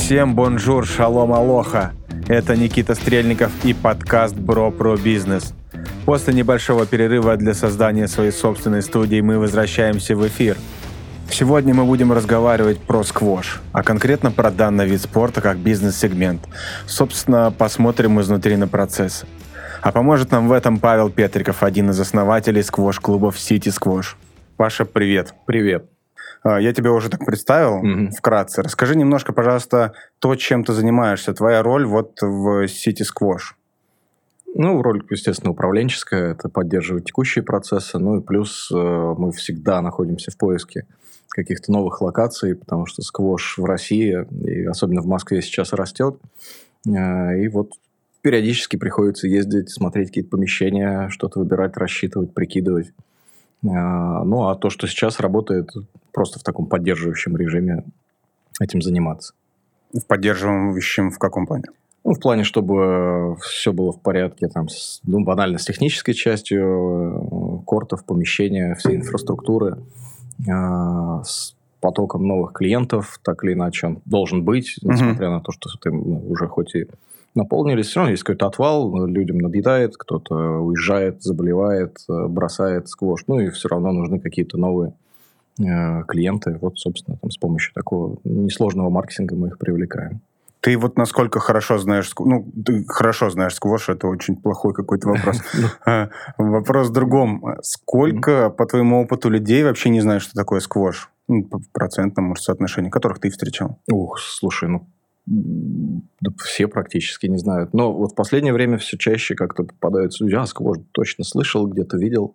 Всем бонжур, шалом, алоха. Это Никита Стрельников и подкаст «Бро про бизнес». После небольшого перерыва для создания своей собственной студии мы возвращаемся в эфир. Сегодня мы будем разговаривать про сквош, а конкретно про данный вид спорта как бизнес-сегмент. Собственно, посмотрим изнутри на процесс. А поможет нам в этом Павел Петриков, один из основателей сквош-клубов City Squash. Паша, привет. Привет. Я тебя уже так представил, вкратце. Расскажи немножко, пожалуйста, то, чем ты занимаешься, твоя роль вот в City Squash. Роль, естественно, управленческая, это поддерживать текущие процессы, и плюс мы всегда находимся в поиске каких-то новых локаций, потому что сквош в России, и особенно в Москве, сейчас растет, и вот периодически приходится ездить, смотреть какие-то помещения, что-то выбирать, рассчитывать, прикидывать. А то, что сейчас работает, просто в таком поддерживающем режиме этим заниматься. В поддерживающем в каком плане? В плане, чтобы все было в порядке, банально с технической частью кортов, помещения, всей инфраструктуры, с потоком новых клиентов, так или иначе он должен быть, несмотря на то, что ты уже хоть и наполнились, все равно есть какой-то отвал, людям надоедает, кто-то уезжает, заболевает, бросает сквош, и все равно нужны какие-то новые клиенты. Вот, собственно, с помощью такого несложного маркетинга мы их привлекаем. Ты вот насколько хорошо знаешь... ты хорошо знаешь сквош, это очень плохой какой-то вопрос. Вопрос в другом. Сколько, по твоему опыту, людей вообще не знают, что такое сквош? По процентному соотношению, которых ты встречал? Слушай, да все практически не знают. Но вот в последнее время все чаще как-то попадаются люди. Сквош точно слышал, где-то видел.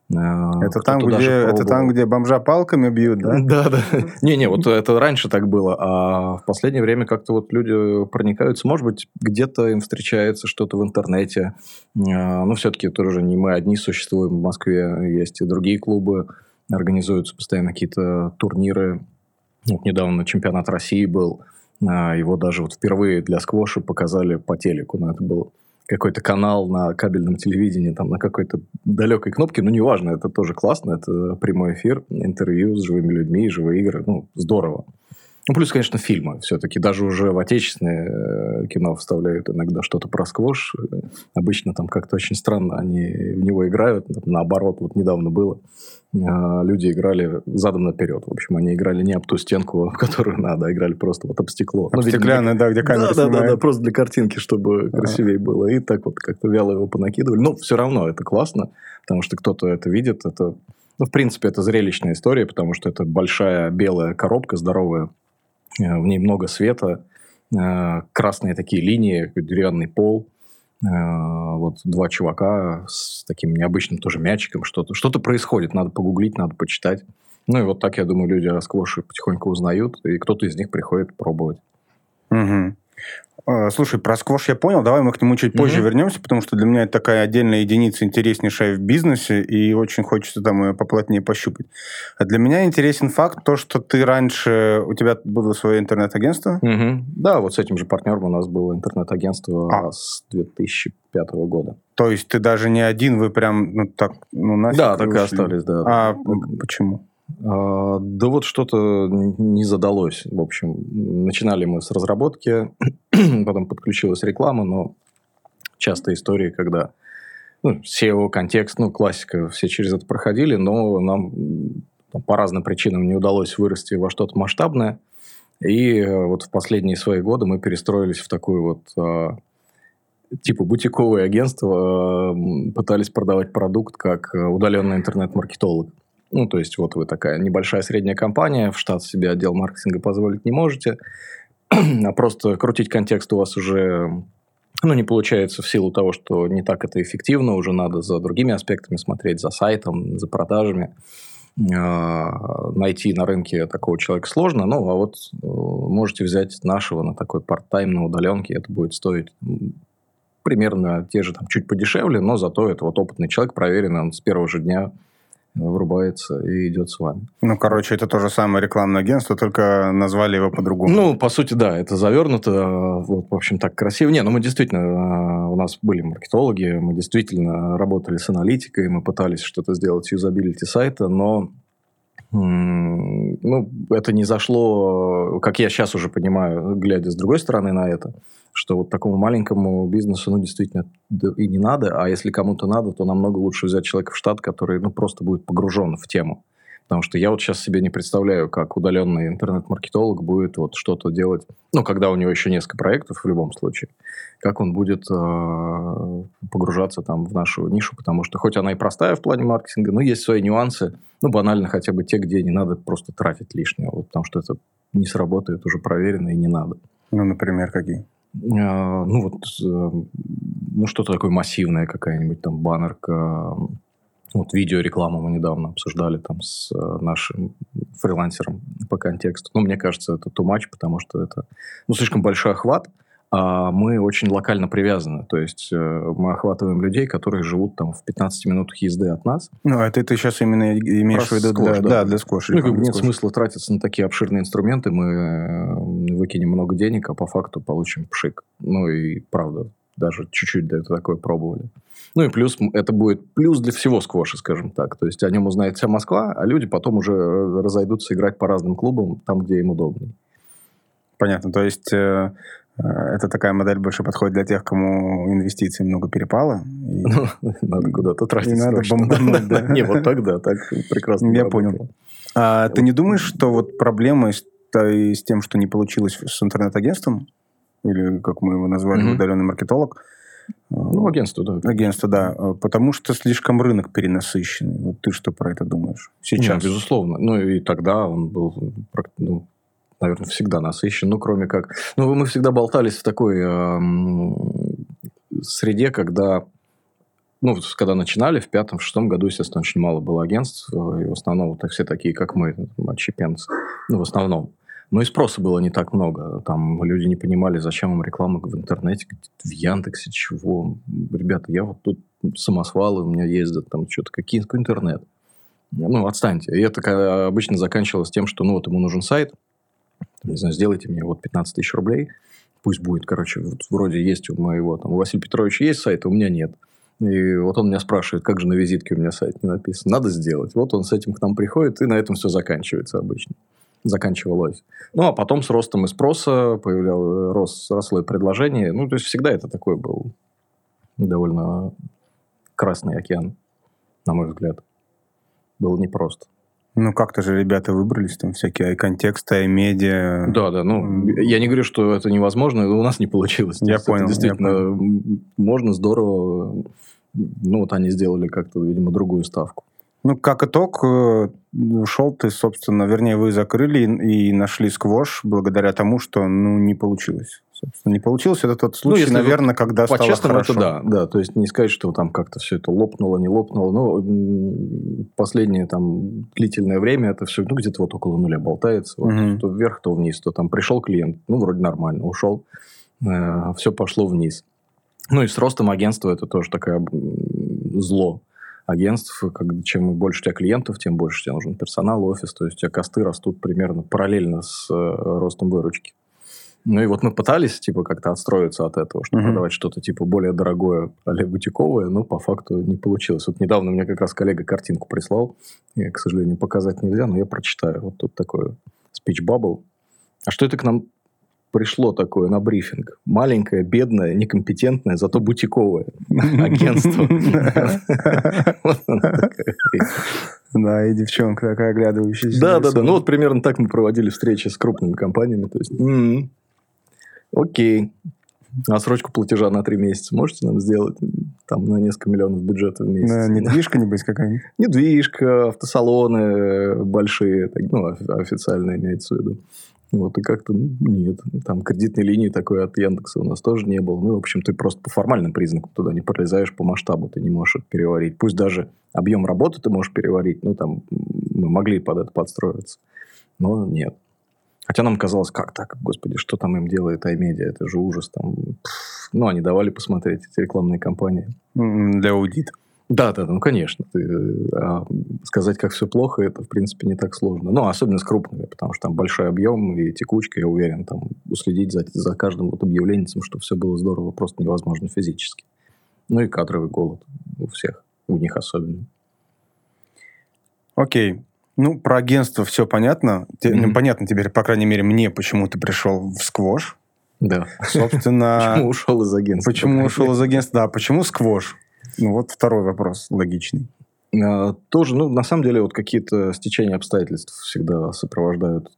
Это там, где бомжа палками бьют, да? Да. Не, вот это раньше так было, а в последнее время как-то вот люди проникаются. Может быть, где-то им встречается что-то в интернете. Все-таки тоже не мы одни существуем в Москве. Есть и другие клубы, организуются постоянно какие-то турниры. Недавно чемпионат России был. Его даже вот впервые для сквоша показали по телеку. Это был какой-то канал на кабельном телевидении, на какой-то далекой кнопке. Неважно, это тоже классно. Это прямой эфир, интервью с живыми людьми, живые игры. Здорово. Плюс, конечно, фильмы. Все-таки даже уже в отечественное кино вставляют иногда что-то про сквош. Обычно там как-то очень странно они в него играют. Наоборот, вот недавно было. Люди играли задом наперед. В общем, они играли не об ту стенку, в которую надо, а играли просто вот об стекло. Об стеклянное, где камера снимает. Да, просто для картинки, чтобы красивее было. И так вот как-то вяло его понакидывали. Но все равно это классно, потому что кто-то это видит. Это, в принципе, это зрелищная история, потому что это большая белая коробка здоровая. В ней много света, красные такие линии, деревянный пол. Вот два чувака с таким необычным тоже мячиком. Что-то происходит, надо погуглить, надо почитать. И вот так, я думаю, люди о сквоше потихоньку узнают, и кто-то из них приходит пробовать. Угу. Слушай, про сквош я понял. Давай мы к нему чуть позже вернемся, потому что для меня это такая отдельная единица, интереснейшая в бизнесе, и очень хочется там ее поплотнее пощупать. А для меня интересен факт, то, что ты раньше... У тебя было свое интернет-агентство? Да, вот с этим же партнером у нас было интернет-агентство с 2005 года. То есть ты даже не один, вы прям нафиг Да, так и остались, да. А почему? Да вот что-то не задалось. В общем, начинали мы с разработки, потом подключилась реклама, но часто истории, когда SEO, контекст, классика, все через это проходили, но нам по разным причинам не удалось вырасти во что-то масштабное. И вот в последние свои годы мы перестроились в такое вот типа бутиковое агентство, пытались продавать продукт как удаленный интернет-маркетолог. То есть, вот вы такая небольшая средняя компания, в штат себе отдел маркетинга позволить не можете, а просто крутить контекст у вас уже не получается в силу того, что не так это эффективно, уже надо за другими аспектами смотреть, за сайтом, за продажами. Найти на рынке такого человека сложно, а вот можете взять нашего на такой парт-тайм на удаленке, это будет стоить примерно те же, чуть подешевле, но зато это вот опытный человек, проверенный, он с первого же дня врубается и идет с вами. Это то же самое рекламное агентство, только назвали его по-другому. По сути, да, это завернуто, в общем, так красиво. Мы действительно, у нас были маркетологи, мы действительно работали с аналитикой, мы пытались что-то сделать с юзабилити сайта, но это не зашло, как я сейчас уже понимаю, глядя с другой стороны на это, что вот такому маленькому бизнесу, действительно и не надо, а если кому-то надо, то намного лучше взять человека в штат, который, просто будет погружен в тему. Потому что я вот сейчас себе не представляю, как удаленный интернет-маркетолог будет вот что-то делать, когда у него еще несколько проектов в любом случае, как он будет погружаться там в нашу нишу, потому что хоть она и простая в плане маркетинга, но есть свои нюансы, банально хотя бы те, где не надо просто тратить лишнего, потому что это не сработает, уже проверено и не надо. Например, какие? Что-то такое массивное, какая-нибудь там баннерка. Вот видеорекламу мы недавно обсуждали там с нашим фрилансером по контексту. Мне кажется, это too much, потому что это слишком большой охват, а мы очень локально привязаны. То есть мы охватываем людей, которые живут там в 15 минутах езды от нас. Это ты сейчас именно имеешь в виду для сквош. Нет смысла тратиться на такие обширные инструменты. Мы выкинем много денег, а по факту получим пшик. И правда, даже чуть-чуть до этого такое пробовали. И плюс, это будет плюс для всего сквоша, скажем так. То есть о нем узнает вся Москва, а люди потом уже разойдутся играть по разным клубам, там, где им удобнее. Понятно. То есть это такая модель больше подходит для тех, кому инвестиций много перепало. Надо куда-то тратить. Надо бомбануть, да? Не, вот тогда так прекрасно. Я понял. А ты не думаешь, что вот проблема с тем, что не получилось с интернет-агентством, или, как мы его назвали, удаленный маркетолог. Агентство, да. Агентство, да. Потому что слишком рынок перенасыщенный. Вот ты что про это думаешь сейчас? Нет, безусловно. И тогда он был, наверное, всегда насыщен. Кроме как... мы всегда болтались в такой среде, когда... когда начинали, в 5-6 году, естественно, очень мало было агентств. И в основном все такие, как мы, отщепенцы. В основном. И спроса было не так много. Там люди не понимали, зачем им реклама в интернете, в Яндексе, чего. Ребята, я вот тут самосвалы, у меня ездят, там что-то, какой интернет. Отстаньте. И это обычно заканчивалось тем, что, ему нужен сайт. Не знаю, сделайте мне 15 тысяч рублей. Пусть будет, вроде есть у моего, у Василия Петровича есть сайт, а у меня нет. И вот он меня спрашивает, как же на визитке у меня сайт не написан. Надо сделать. Вот он с этим к нам приходит, и на этом все заканчивается обычно. Заканчивалось. А потом с ростом и спроса росло и предложение. То есть всегда это такой был довольно красный океан, на мой взгляд. Было непросто. Как-то же ребята выбрались, там всякие контексты, медиа. Да. Я не говорю, что это невозможно, у нас не получилось. Я понял. Действительно, можно, здорово. Они сделали как-то, видимо, другую ставку. Как итог, ушел ты, собственно, вы закрыли и нашли сквош благодаря тому, что, не получилось. Собственно, не получилось. Это тот случай, наверное, когда стало хорошо. По-честному, это да. То есть, не сказать, что там как-то все это лопнуло, не лопнуло. Но последнее длительное время это все, где-то около нуля болтается. То вверх, то вниз. То там пришел клиент, вроде нормально, ушел. Все пошло вниз. И с ростом агентства это тоже такое зло. Агентств, чем больше у тебя клиентов, тем больше тебе нужен персонал, офис. То есть, у тебя косты растут примерно параллельно с ростом выручки. Мы пытались, как-то отстроиться от этого, чтобы продавать что-то, более дорогое, а-ля бутиковое, но по факту не получилось. Вот недавно мне как раз коллега картинку прислал. Я, к сожалению, показать нельзя, но я прочитаю. Вот тут такой speech bubble. А что это к нам пришло такое на брифинг? Маленькое, бедное, некомпетентное, зато бутиковое агентство. Да, и девчонка такая оглядывающаяся. Да. Примерно так мы проводили встречи с крупными компаниями. То есть, окей. Отсрочку платежа на 3 месяца можете нам сделать? Там на несколько миллионов бюджета в месяц. Недвижка, небось, какая-нибудь? Недвижка, автосалоны большие, официально имеется в виду. И как-то нет. Там кредитной линии такой от Яндекса у нас тоже не было. В общем, ты просто по формальным признакам туда не пролезаешь, по масштабу ты не можешь это переварить. Пусть даже объем работы ты можешь переварить. Мы могли под это подстроиться. Но нет. Хотя нам казалось, как так? Господи, что там им делает iMedia? Это же ужас. Они давали посмотреть эти рекламные кампании. Для аудита. Да, конечно. Сказать, как все плохо, это, в принципе, не так сложно. Особенно с крупными, потому что там большой объем и текучка, я уверен, уследить за каждым объявлением, что все было здорово, просто невозможно физически. И кадровый голод у всех, у них особенно. Окей. Ну, про агентство все понятно. Понятно теперь, по крайней мере, мне, почему ты пришел в сквош. Да. Собственно... Почему ушел из агентства? Почему ушел из агентства? Да, почему сквош? Ну, вот второй вопрос логичный. Тоже, на самом деле, вот какие-то стечения обстоятельств всегда сопровождают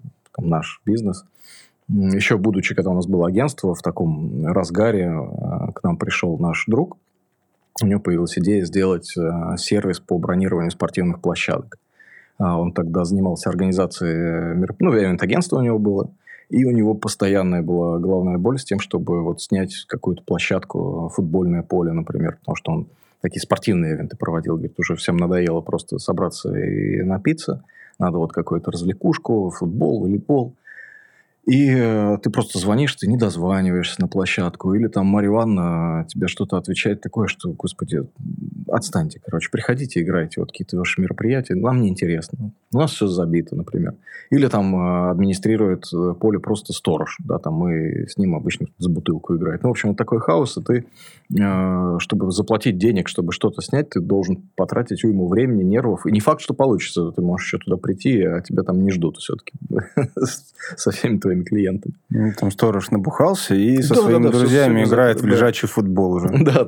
наш бизнес. Еще будучи, когда у нас было агентство, в таком разгаре к нам пришел наш друг. У него появилась идея сделать сервис по бронированию спортивных площадок. Он тогда занимался организацией ивент-агентство у него было. И у него постоянная была головная боль с тем, чтобы вот снять какую-то площадку, футбольное поле, например, потому что он такие спортивные ивенты проводил. Говорит, уже всем надоело просто собраться и напиться. Надо вот какую-то развлекушку, футбол, волейбол. И ты просто звонишь, ты не дозваниваешься на площадку. Или там Марья Ивановна тебе что-то отвечает такое, что, господи, отстаньте, приходите, играйте. Вот какие-то ваши мероприятия. Нам неинтересно. У нас все забито, например. Или там администрирует поле просто сторож. Да, там мы с ним обычно за бутылку играем. В общем, вот такой хаос. И ты, чтобы заплатить денег, чтобы что-то снять, ты должен потратить уйму времени, нервов. И не факт, что получится. Ты можешь еще туда прийти, а тебя там не ждут все-таки со всеми твоими клиентами. Там сторож набухался и со своими друзьями играет в лежачий футбол уже. Да.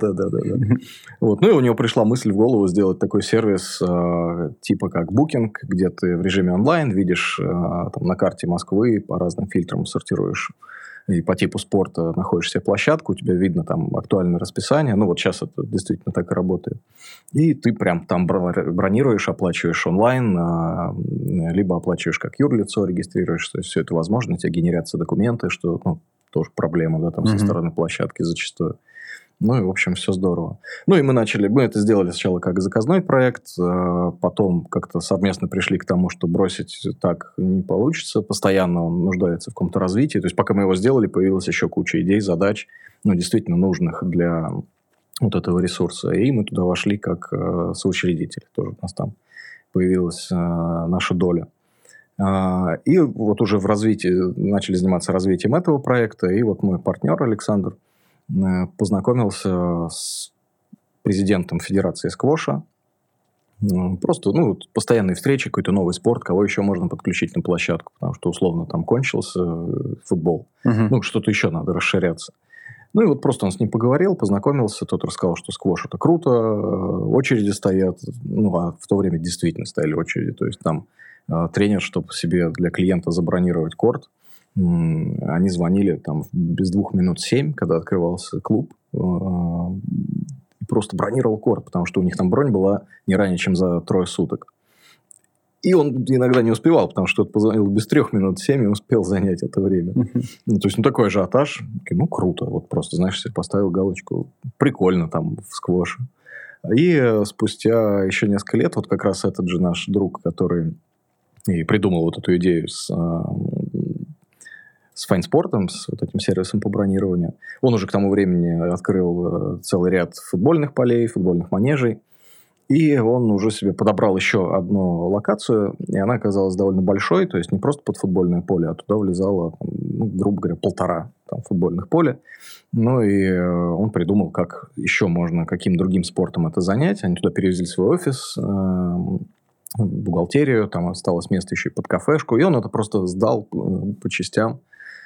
Вот. Ну и у него пришла мысль в голову сделать такой сервис типа как Booking, где ты в режиме онлайн видишь там, на карте Москвы по разным фильтрам сортируешь и по типу спорта находишь себе площадку, у тебя видно там актуальное расписание. Ну, вот сейчас это действительно так и работает. И ты прям там бронируешь, оплачиваешь онлайн, либо оплачиваешь как юрлицо, регистрируешь. То есть, все это возможно. У тебя генерятся документы, что тоже проблема, да, там со стороны площадки зачастую. Ну, и, в общем, все здорово. Ну, и мы это сделали сначала как заказной проект, потом как-то совместно пришли к тому, что бросить так не получится. Постоянно он нуждается в каком-то развитии. То есть, пока мы его сделали, появилась еще куча идей, задач, действительно нужных для вот этого ресурса. И мы туда вошли как соучредители. Тоже у нас там появилась наша доля. И вот уже в развитии, начали заниматься развитием этого проекта. И вот мой партнер Александр познакомился с президентом Федерации сквоша. Просто, постоянные встречи, какой-то новый спорт, кого еще можно подключить на площадку, потому что, условно, там кончился футбол. Что-то еще надо расширяться. И вот просто он с ним поговорил, познакомился, тот рассказал, что сквош это круто, очереди стоят, а в то время действительно стояли очереди, то есть там тренер, чтобы себе для клиента забронировать корт, они звонили там без 2 минут 7, когда открывался клуб, и просто бронировал корт, потому что у них там бронь была не ранее, чем за 3 суток. И он иногда не успевал, потому что позвонил без 3 минут 7 и успел занять это время. То есть, такой ажиотаж. Круто. Вот просто, знаешь, себе поставил галочку. Прикольно там в сквоше. И спустя еще несколько лет, вот как раз этот же наш друг, который и придумал вот эту идею с файнспортом, с вот этим сервисом по бронированию. Он уже к тому времени открыл целый ряд футбольных полей, футбольных манежей. И он уже себе подобрал еще одну локацию, и она оказалась довольно большой, то есть не просто под футбольное поле, а туда влезало, грубо говоря, 1,5 футбольных поля. И он придумал, как еще можно, каким другим спортом это занять. Они туда перевезли свой офис, бухгалтерию, там осталось место еще и под кафешку, и он это просто сдал по частям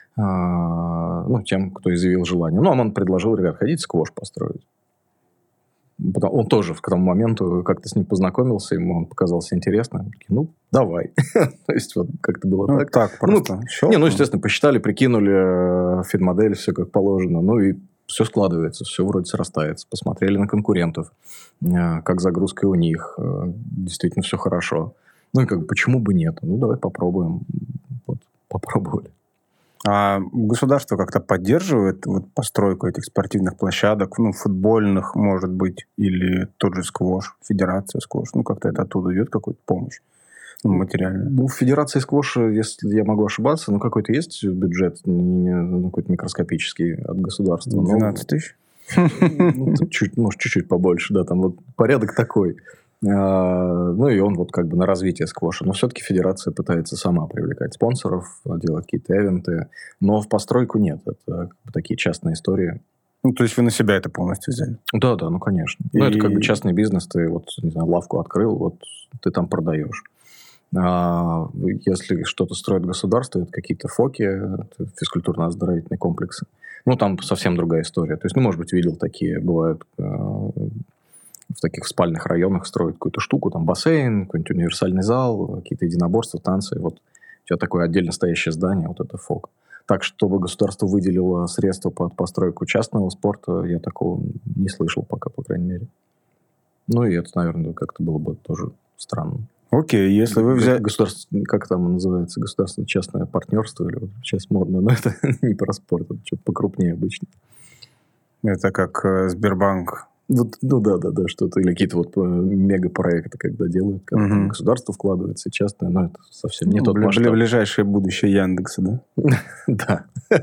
тем, кто изъявил желание. А он предложил, ребят, хотите сквош построить? Он тоже к тому моменту как-то с ним познакомился, ему он показался интересным. Такие, давай. То есть, вот как-то было так. Так просто. Естественно, посчитали, прикинули фид-модель, все как положено. И все складывается, все вроде срастается. Посмотрели на конкурентов, как загрузка у них. Действительно, все хорошо. Почему бы нет? Давай попробуем. Вот, попробовали. А государство как-то поддерживает постройку этих спортивных площадок, футбольных, может быть, или тот же сквош, федерация сквош, как-то это оттуда идет какая-то помощь материальная? В федерации сквоша, если я могу ошибаться, какой-то есть бюджет, какой-то микроскопический от государства. 12 тысяч? Может, чуть-чуть побольше, да, там вот порядок такой. И он на развитие сквоша. Но все-таки федерация пытается сама привлекать спонсоров, делать какие-то ивенты. Но в постройку нет. Это такие частные истории. То есть вы на себя это полностью взяли? Да, конечно. Это частный бизнес. Ты лавку открыл, ты там продаешь. Если что-то строит государство, это какие-то ФОКи, это физкультурно-оздоровительные комплексы. Ну, там совсем другая история. То есть, ну, может быть, видел такие, бывают в таких спальных районах строят какую-то штуку, там бассейн, какой-нибудь универсальный зал, какие-то единоборства, танцы. Вот у тебя такое отдельно стоящее здание, вот это ФОК. Так, чтобы государство выделило средства под постройку частного спорта, я такого не слышал пока, по крайней мере. Ну, и это, наверное, как-то было бы тоже странно. Окей, если вы взяли... Государство, как там называется? Государственно-частное партнерство? Или вот сейчас модно, но это не про спорт, это что-то покрупнее обычно. Это как Сбербанк. Ну да, что-то. Или какие-то вот мегапроекты, когда делают, когда там государство вкладывается, частное, но это совсем не тот масштаб. Ближайшее будущее Яндекса, да? Да.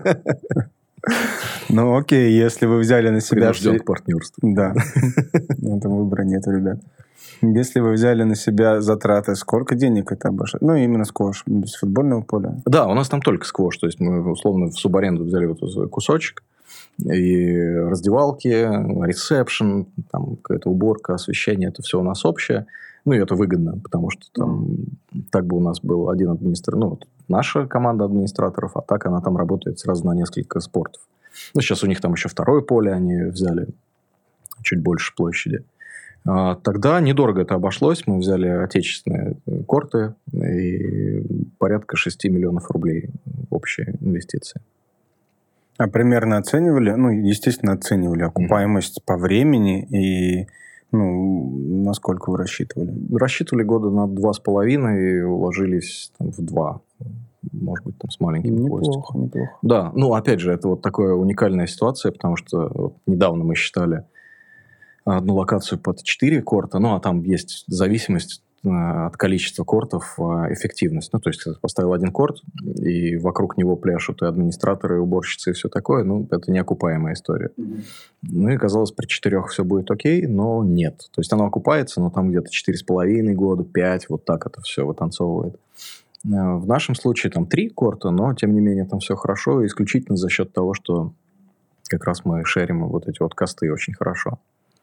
Ну окей, если вы взяли на себя... Принужден к партнерству. Да. Этого выбора нет, ребят. Если вы взяли на себя затраты, сколько денег это обошло? Ну, именно сквош, без футбольного поля. Да, у нас там только сквош. То есть мы, условно, в субаренду взяли вот этот кусочек. И раздевалки, ресепшн, там какая-то уборка, освещение, это все у нас общее. Ну, и это выгодно, потому что там так бы у нас был один администратор, ну, вот наша команда администраторов, а так она там работает сразу на несколько спортов. Ну, сейчас у них там еще второе поле они взяли, чуть больше площади. Тогда недорого это обошлось. Мы взяли отечественные корты и порядка 6 миллионов рублей общие инвестиции. А примерно оценивали, ну, естественно, оценивали окупаемость по времени и, ну, насколько вы рассчитывали? Рассчитывали года на 2,5 и уложились там, в 2. Может быть, там с маленьким хвостиком. Неплохо. Да, ну, опять же, это вот такая уникальная ситуация, потому что вот недавно мы считали одну локацию под 4 корта, ну, а там есть зависимость от количества кортов, эффективность. Ну, то есть, поставил один корт, и вокруг него пляшут и администраторы, и уборщицы, и все такое. Ну, это неокупаемая история. Ну, и казалось, при 4 все будет окей, но нет. То есть, оно окупается, но там где-то 4,5 года, 5, вот так это все вытанцовывает. В нашем случае там 3 корта, но, тем не менее, там все хорошо, исключительно за счет того, что как раз мы шерим вот эти вот косты очень хорошо.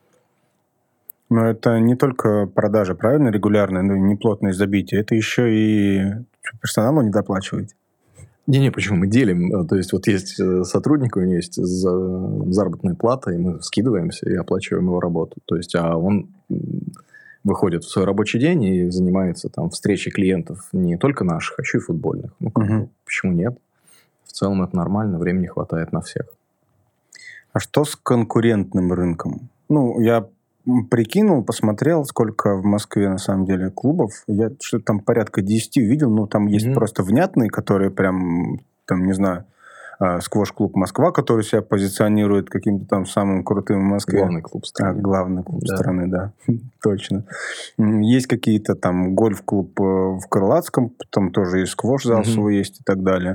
Но это не только продажа, правильно, регулярная, ну, неплотное забитие. Это еще и персоналу не доплачиваете. Не, почему? Мы делим. То есть, вот есть сотрудник, у него есть заработная плата, и мы скидываемся и оплачиваем его работу. То есть, а он выходит в свой рабочий день и занимается там встречей клиентов не только наших, а еще и футбольных. Ну, почему нет? В целом это нормально, времени хватает на всех. А что с конкурентным рынком? Ну, я прикинул, посмотрел, сколько в Москве на самом деле клубов. Я что-то там порядка 10 видел, но там есть просто внятные, которые прям, там, не знаю, сквош-клуб Москва, который себя позиционирует каким-то там самым крутым в Москве. Главный клуб страны. Главный клуб страны, да. Точно. Есть какие-то там гольф-клуб в Крылатском, там тоже и сквош-зал свой есть и так далее.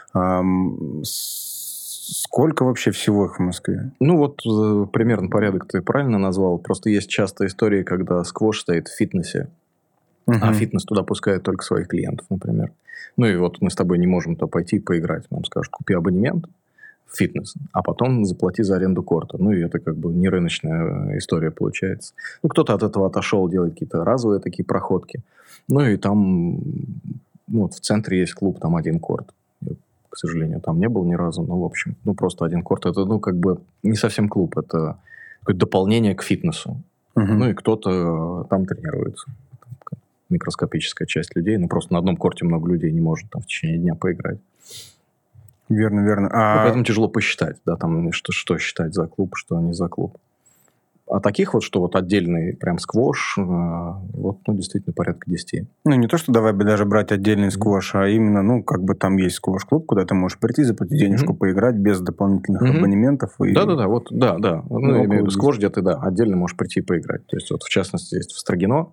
Сколько вообще всего их в Москве? Ну, вот примерно порядок ты правильно назвал. Просто есть часто истории, когда сквош стоит в фитнесе, а фитнес туда пускает только своих клиентов, например. Ну, и вот мы с тобой не можем туда пойти и поиграть. Нам скажут, купи абонемент в фитнес, а потом заплати за аренду корта. Ну, и это как бы не рыночная история получается. Ну, кто-то от этого отошел, делает какие-то разовые такие проходки. Ну, и там вот в центре есть клуб, там один корт. К сожалению, там не был ни разу, но, в общем, ну, просто один корт. Это, ну, как бы не совсем клуб, это какое-то дополнение к фитнесу. Ну, и кто-то там тренируется. Там микроскопическая часть людей, ну, просто на одном корте много людей не может там в течение дня поиграть. Верно. Ну, поэтому тяжело посчитать, да, там, что считать за клуб, что не за клуб. А таких вот, что вот отдельный прям сквош, вот, ну, действительно, порядка 10. Ну, не то, что давай бы даже брать отдельный сквош, а именно, ну, как бы там есть сквош-клуб, куда ты можешь прийти, заплатить денежку, поиграть без дополнительных абонементов. И... Да. Ну, я имею в виду сквош, где ты, да, отдельно можешь прийти и поиграть. То есть, вот, в частности, есть в Строгино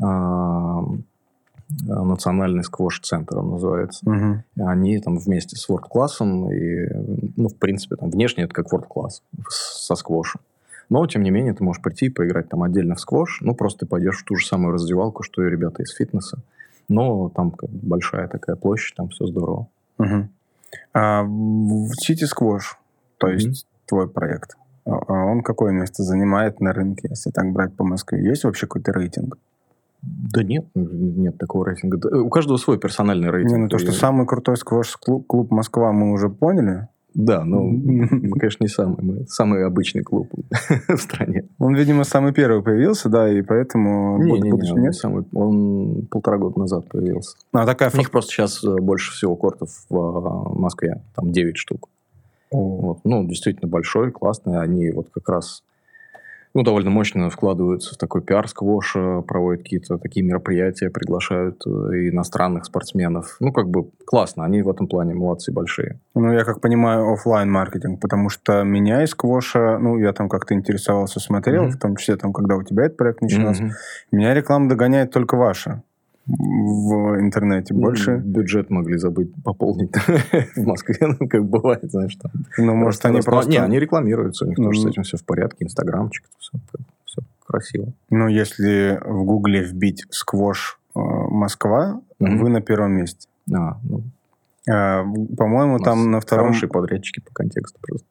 национальный сквош-центр, он называется. Они там вместе с World-классом, и, ну, в принципе, там внешне это как World-класс со сквошем. Но, тем не менее, ты можешь прийти и поиграть там отдельно в сквош. Ну, просто ты пойдешь в ту же самую раздевалку, что и ребята из фитнеса. Но там большая такая площадь, там все здорово. А в City Squash, то есть твой проект, он какое место занимает на рынке, если так брать по Москве? Есть вообще какой-то рейтинг? Да нет такого рейтинга. У каждого свой персональный рейтинг. То, что самый крутой сквош-клуб Москва, мы уже поняли. Да, мы, конечно, не самый. Мы самый обычный клуб в стране. Он, видимо, самый первый появился, да, и поэтому... Он 1,5 года назад появился. У них просто сейчас больше всего кортов в Москве. Там 9 штук. Вот. Действительно большой, классный. Они вот как раз довольно мощно вкладываются в такой пиар сквош, проводят какие-то такие мероприятия, приглашают иностранных спортсменов. Классно. Они в этом плане молодцы большие. Я как понимаю, офлайн маркетинг, потому что меня из сквоша, я там как-то интересовался, смотрел, в том числе, там, когда у тебя этот проект начинался, меня реклама догоняет только ваша в интернете. Больше... Бюджет могли забыть пополнить в Москве, как бывает, знаешь, там. Может, они просто... Не, они рекламируются, у них тоже с этим все в порядке, инстаграмчик, все красиво. Если в Гугле вбить сквош Москва, вы на первом месте. По-моему, там на втором... Хорошие подрядчики по контексту просто.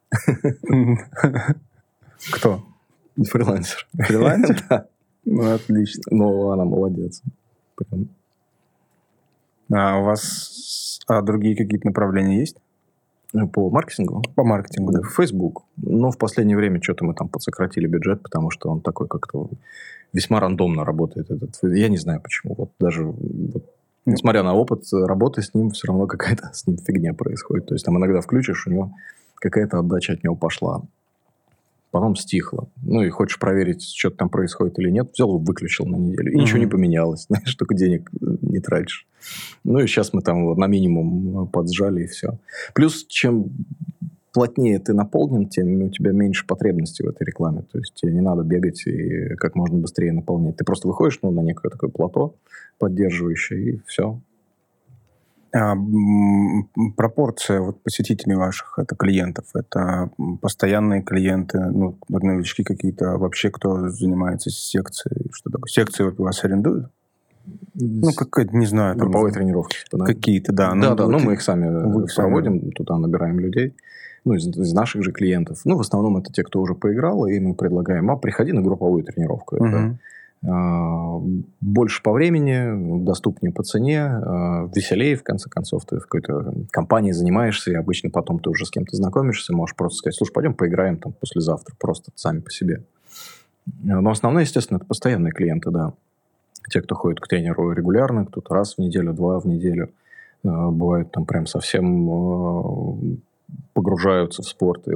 Кто? Фрилансер. Фрилансер? Да. Отлично. Она молодец. Прям. А у вас другие какие-то направления есть? По маркетингу? По маркетингу, да. Facebook. Но в последнее время что-то мы там подсократили бюджет, потому что он такой как-то весьма рандомно работает. Я не знаю почему. Даже несмотря на опыт работы с ним, все равно какая-то с ним фигня происходит. То есть там иногда включишь, у него какая-то отдача от него пошла. Потом стихло. И хочешь проверить, что там происходит или нет, взял и выключил на неделю. И ничего не поменялось. Знаешь, только денег не тратишь. И сейчас мы там на минимум поджали, и все. Плюс, чем плотнее ты наполнен, тем у тебя меньше потребностей в этой рекламе. То есть тебе не надо бегать и как можно быстрее наполнять. Ты просто выходишь на некое такое плато поддерживающее, и все. Пропорция посетителей ваших, это клиентов, это постоянные клиенты, новички какие-то, вообще кто занимается секцией, что такое? Секции у вас арендуют? Какая-то, не знаю. Групповые тренировки. Какие-то, да. Да, мы их сами проводим, туда набираем людей, из наших же клиентов. В основном это те, кто уже поиграл, и мы предлагаем, приходи на групповую тренировку. Это больше по времени, доступнее по цене, веселее, в конце концов. Ты в какой-то компании занимаешься, и обычно потом ты уже с кем-то знакомишься, можешь просто сказать, слушай, пойдем поиграем там послезавтра, просто сами по себе. Но основное, естественно, это постоянные клиенты, да. Те, кто ходит к тренеру регулярно, кто-то раз в неделю, 2 в неделю. Бывает там прям совсем погружаются в спорт и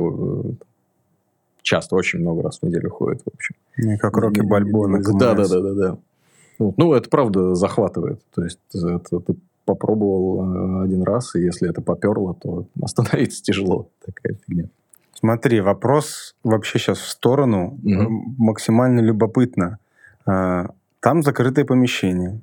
часто, очень много раз в неделю ходят, в общем. Как Рокки Бальбоа. Да. Это правда захватывает. То есть это ты попробовал один раз, и если это поперло, то остановиться тяжело. Такая фигня. Смотри, вопрос вообще сейчас в сторону. Максимально любопытно. Там закрытое помещение.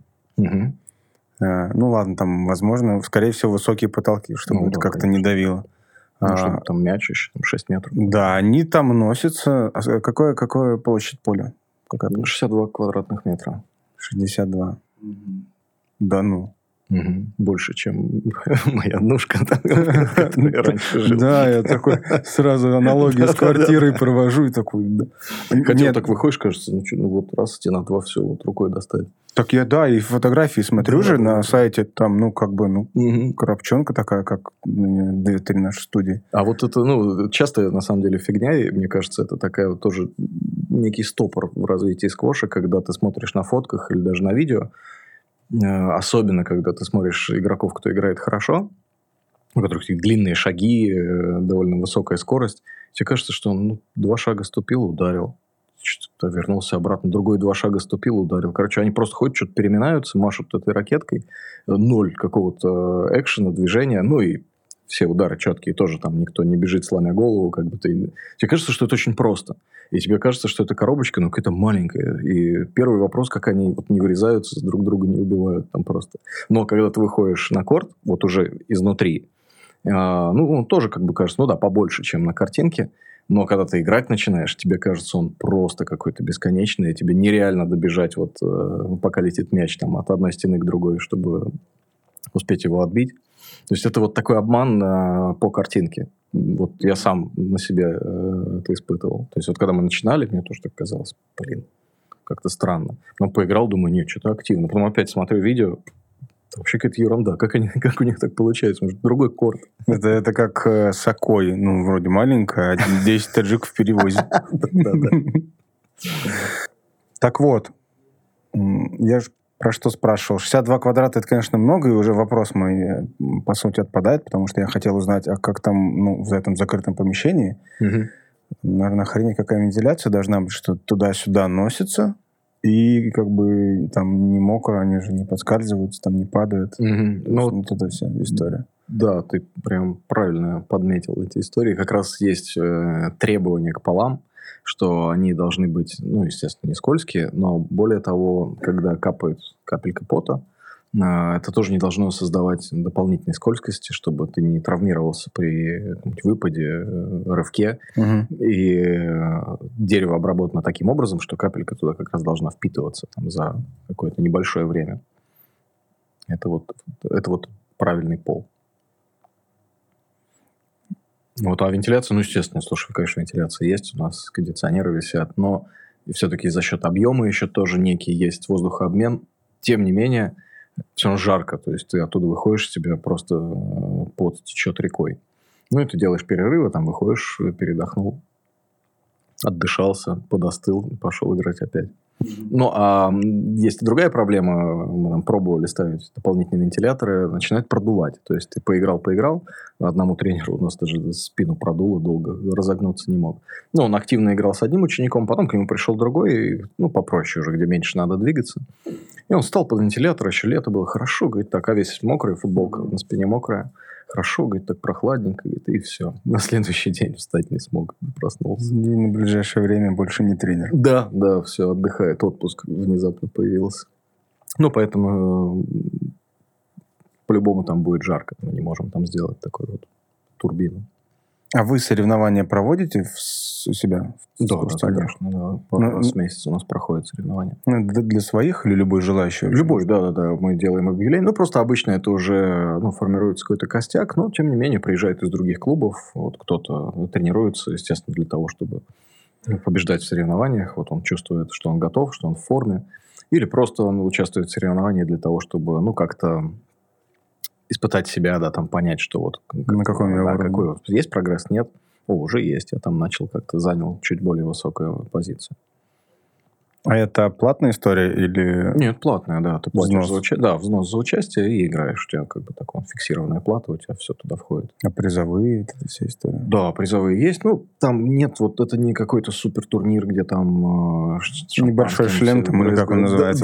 Ладно, там, возможно, скорее всего, высокие потолки, чтобы это как-то не давило. Чтобы там мяч еще, 6 метров. Да, они там носятся. Какая площадь поля? 62 квадратных метра. 62. Да ну. Больше, чем моя однушка, которой я раньше жил. Да, я такой сразу аналогию с квартирой провожу и такой... Хотя так выходишь, кажется, раз стена 2, все, рукой достать. Так я, и фотографии смотрю же на сайте, там, коробчонка такая, как 2-3 наши студии. А вот это, часто, на самом деле, фигня, и мне кажется, это такая тоже некий стопор в развитии сквоша, когда ты смотришь на фотках или даже на видео, особенно, когда ты смотришь игроков, кто играет хорошо, у которых длинные шаги, довольно высокая скорость, тебе кажется, что он 2 шага ступил, ударил. Что-то вернулся обратно, другой 2 шага ступил, ударил. Короче, они просто ходят, что-то переминаются, машут этой ракеткой, 0 какого-то экшена, движения, и все удары четкие, тоже там никто не бежит, сломя голову, тебе кажется, что это очень просто. И тебе кажется, что эта коробочка, какая-то маленькая. И первый вопрос, как они не вырезаются, друг друга не убивают там просто. Но когда ты выходишь на корт, уже изнутри, он тоже кажется, побольше, чем на картинке. Но когда ты играть начинаешь, тебе кажется, он просто какой-то бесконечный, и тебе нереально добежать, пока летит мяч от одной стены к другой, чтобы успеть его отбить. То есть это такой обман по картинке. Я сам на себе это испытывал. То есть когда мы начинали, мне тоже так казалось, как-то странно. Но поиграл, думаю, нет, что-то активно. Потом опять смотрю видео, вообще какая-то ерунда. Как у них так получается? Может, другой корт? Это как с Акой. Ну, вроде маленькая, 10 таджиков перевозит. Так вот, я же про что спрашивал. 62 квадрата, это, конечно, много, и уже вопрос мой, по сути, отпадает, потому что я хотел узнать, а как там, в этом закрытом помещении, наверное, охренеть, какая вентиляция должна быть, что туда-сюда носится, и как бы там не мокро, они же не подскальзываются, там не падают. Ну, вот эта вся история. Да, ты прям правильно подметил эти истории. Как раз есть требования к полам, что они должны быть, естественно, не скользкие, но более того, когда капает капелька пота, это тоже не должно создавать дополнительной скользкости, чтобы ты не травмировался при выпаде, рывке. И дерево обработано таким образом, что капелька туда как раз должна впитываться за какое-то небольшое время. Это вот правильный пол. Вот, а вентиляция, естественно, слушай, конечно, вентиляция есть, у нас кондиционеры висят, но все-таки за счет объема еще тоже некий есть воздухообмен. Тем не менее, все равно жарко, то есть ты оттуда выходишь, тебе просто пот течет рекой. И ты делаешь перерывы, там выходишь, передохнул, отдышался, подостыл, пошел играть опять. А есть и другая проблема. Мы там пробовали ставить дополнительные вентиляторы, начинает продувать. То есть ты поиграл, одному тренеру у нас даже спину продуло, долго разогнуться не мог. Он активно играл с одним учеником, потом к нему пришел другой, попроще уже, где меньше надо двигаться. И он встал под вентилятор, еще лето было хорошо, говорит, так, а весь мокрый, футболка на спине мокрая. Хорошо, говорит, так прохладненько, говорит, и все. На следующий день встать не смог, проснулся. И на ближайшее время больше не тренер. Да, все, отдыхает. Отпуск внезапно появился. Поэтому по-любому там будет жарко. Мы не можем там сделать такую вот турбину. А вы соревнования проводите у себя? Да, конечно. Да. Пару раз в месяц у нас проходят соревнования. Для своих или любой желающий? Любой, да. Мы делаем объявление. Просто обычно это уже формируется какой-то костяк, но тем не менее приезжает из других клубов. Вот кто-то тренируется, естественно, для того, чтобы побеждать в соревнованиях. Вот он чувствует, что он готов, что он в форме. Или просто он участвует в соревнованиях для того, чтобы как-то испытать себя, там понять, что вот... На каком уровне? Какой есть прогресс, нет? Уже есть. Я там занял чуть более высокую позицию. А это платная история или... Нет, платная, да. Ты платишь взнос за участие и играешь. У тебя фиксированная плата, у тебя все туда входит. А призовые, это вся история? Да, призовые есть. Там нет, это не какой-то супер турнир, где там... Небольшой шлем, или как он называется?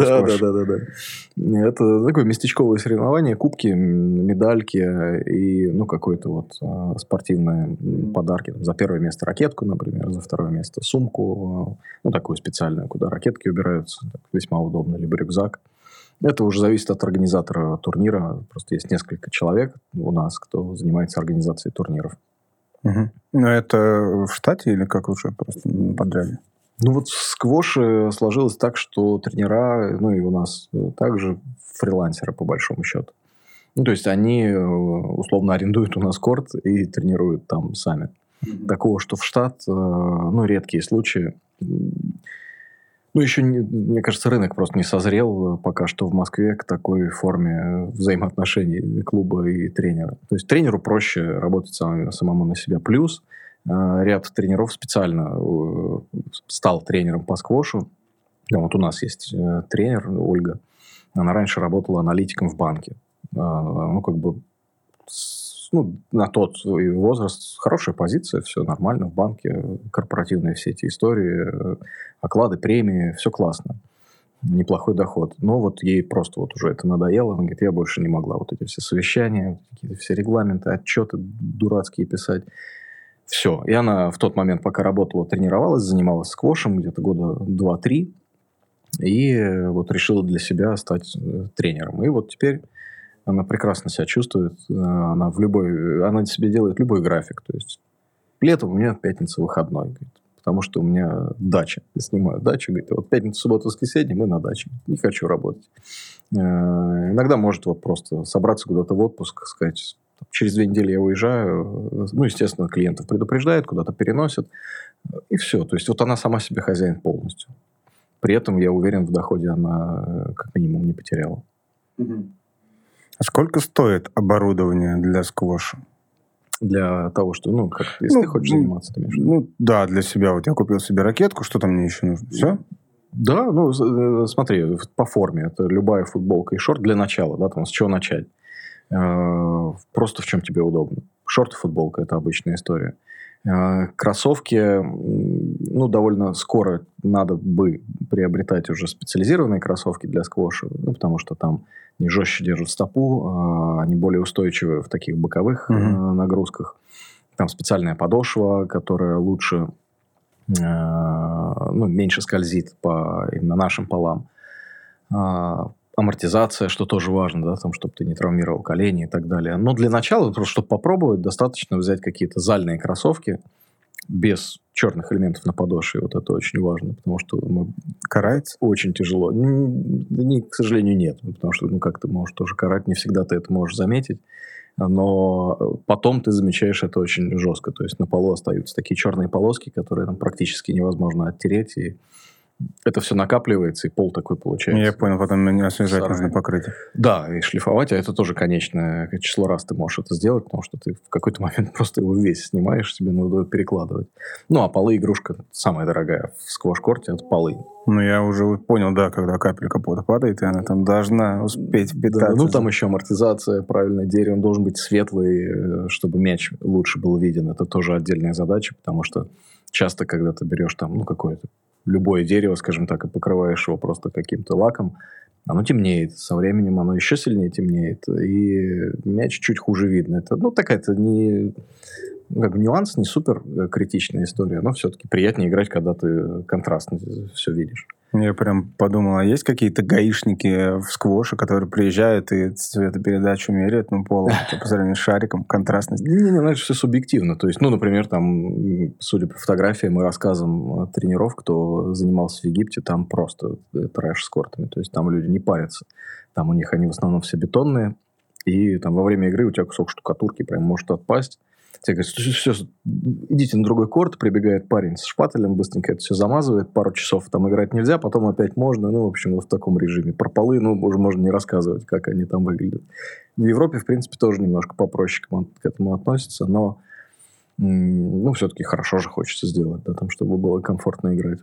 Да. Это такое местечковое соревнование, кубки, медальки и какой-то спортивные подарки. За первое место ракетку, например, за второе место сумку, такую специальную, куда ракетки убираются, весьма удобно, либо рюкзак. Это уже зависит от организатора турнира. Просто есть несколько человек у нас, кто занимается организацией турниров. Угу. Но это в штате или как уже просто на подряде? В сквоше сложилось так, что тренера, и у нас также фрилансеры, по большому счету. То есть они условно арендуют у нас корт и тренируют там сами. Такого, что в штат, редкие случаи. Еще, мне кажется, рынок просто не созрел пока что в Москве к такой форме взаимоотношений клуба и тренера. То есть тренеру проще работать самому на себя. Плюс ряд тренеров специально стал тренером по сквошу. Да, вот у нас есть тренер Ольга. Она раньше работала аналитиком в банке. На тот возраст хорошая позиция, все нормально в банке, корпоративные все эти истории, оклады, премии, все классно. Неплохой доход. Но ей просто уже это надоело. Она говорит, я больше не могла эти все совещания, какие-то все регламенты, отчеты дурацкие писать. Все. И она в тот момент, пока работала, тренировалась, занималась сквошем где-то года 2-3. И решила для себя стать тренером. И теперь... Она прекрасно себя чувствует. Она себе делает любой график. То есть летом у меня пятница выходной. Говорит, потому что у меня дача. Я снимаю дачу. Говорит, пятница, суббота, воскресенье мы на даче. Не хочу работать. Иногда может просто собраться куда-то в отпуск, сказать, через 2 недели я уезжаю. Естественно, клиентов предупреждают, куда-то переносят. И все. То есть она сама себе хозяин полностью. При этом, я уверен, в доходе она как минимум не потеряла. А сколько стоит оборудование для сквоша? Для того, что, если ты хочешь заниматься, конечно. Да, для себя. Вот я купил себе ракетку, что там мне еще нужно? Все? Да, смотри, по форме. Это любая футболка и шорт для начала, да, там, с чего начать. Просто в чем тебе удобно. Шорт и футболка – это обычная история. Кроссовки, довольно скоро надо бы приобретать уже специализированные кроссовки для сквоша, потому что там не жестче держат стопу, они более устойчивы в таких боковых нагрузках. Там специальная подошва, которая лучше, меньше скользит по именно нашим полам. Амортизация, что тоже важно, да, там, чтобы ты не травмировал колени и так далее. Но для начала, просто чтобы попробовать, достаточно взять какие-то зальные кроссовки без черных элементов на подошве. Вот это очень важно, потому что карается? Очень тяжело. К сожалению, нет, потому что, как ты можешь тоже карать, не всегда ты это можешь заметить, но потом ты замечаешь это очень жестко. То есть на полу остаются такие черные полоски, которые там практически невозможно оттереть, и это все накапливается, и пол такой получается. Я понял, потом освежать нужно покрытие. Да, и шлифовать, а это тоже конечное число раз ты можешь это сделать, потому что ты в какой-то момент просто его весь снимаешь, тебе надо перекладывать. А полы игрушка самая дорогая в сквош-корте, это полы. Я уже понял, да, когда капелька пота падает, и она там должна успеть впитаться. Да, там еще амортизация, правильное дерево, он должен быть светлый, чтобы мяч лучше был виден. Это тоже отдельная задача, потому что часто, когда ты берешь там, какое-то любое дерево, скажем так, и покрываешь его просто каким-то лаком, оно темнеет. Со временем оно еще сильнее темнеет. И мяч чуть хуже видно. Это, такая-то не... нюанс, не супер критичная история, но все-таки приятнее играть, когда ты контрастно все видишь. Я прям подумал, а есть какие-то гаишники в сквоше, которые приезжают и цветопередачу меряют полом по сравнению с шариком, контрастность? Это все субъективно. То есть, например, там, судя по фотографиям и рассказам тренеров, кто занимался в Египте, там просто трэш с кортами. То есть, там люди не парятся. Там у них они в основном все бетонные. И там во время игры у тебя кусок штукатурки прям может отпасть. Тебе говорят, все, идите на другой корт, прибегает парень с шпателем, быстренько это все замазывает, пару часов там играть нельзя, потом опять можно, в общем, в таком режиме. Про полы, уже можно не рассказывать, как они там выглядят. В Европе, в принципе, тоже немножко попроще к этому относятся, но, все-таки хорошо же хочется сделать, да, там, чтобы было комфортно играть.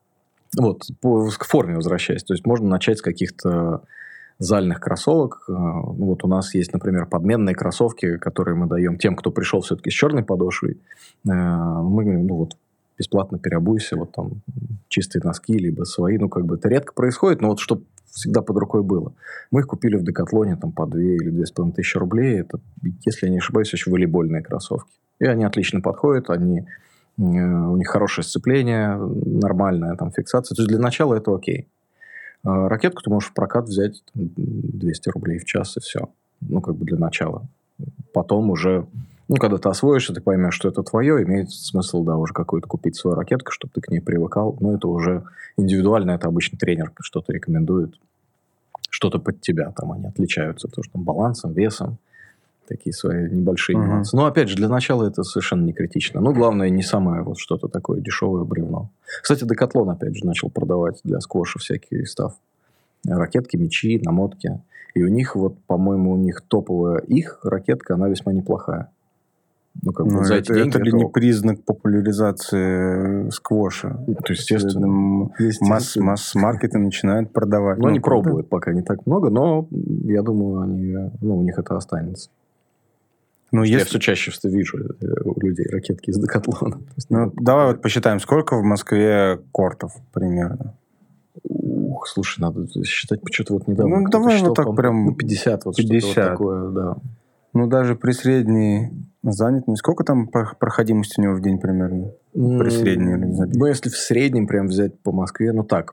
К форме возвращаясь, то есть можно начать с каких-то зальных кроссовок. У нас есть, например, подменные кроссовки, которые мы даем тем, кто пришел все-таки с черной подошвой. Мы говорим, бесплатно переобуйся, там чистые носки, либо свои. Это редко происходит, но чтобы всегда под рукой было. Мы их купили в Декатлоне там по 2 или 2,5 тысячи рублей. Это, если я не ошибаюсь, очень волейбольные кроссовки. И они отлично подходят, у них хорошее сцепление, нормальная там фиксация. То есть для начала это окей. Ракетку ты можешь в прокат взять 200 рублей в час, и все. Для начала. Потом уже, когда ты освоишься, ты поймешь, что это твое, имеет смысл, да, уже какую-то купить свою ракетку, чтобы ты к ней привыкал. Но это уже индивидуально, это обычно тренер что-то рекомендует, что-то под тебя. Там они отличаются тоже там балансом, весом. Такие свои небольшие нюансы. Но, опять же, для начала это совершенно не критично. Главное, не самое что-то такое дешевое бревно. Кстати, Декатлон, опять же, начал продавать для сквоша всякий став. Ракетки, мячи, намотки. И у них, по-моему, у них топовая их ракетка, она весьма неплохая. За эти деньги это ли не признак популяризации сквоша? То есть, естественно. Масс-маркеты начинают продавать. Они пробуют пока не так много, но я думаю, у них это останется. Я все чаще вижу у людей ракетки из Декатлона. Давай посчитаем, сколько в Москве кортов примерно? Слушай, надо считать, что-то недавно. Давай считал, так прям 50, 50. Что-то такое, да. Даже при средней занятости, сколько там проходимости у него в день примерно? При средней. Если в среднем прям взять по Москве,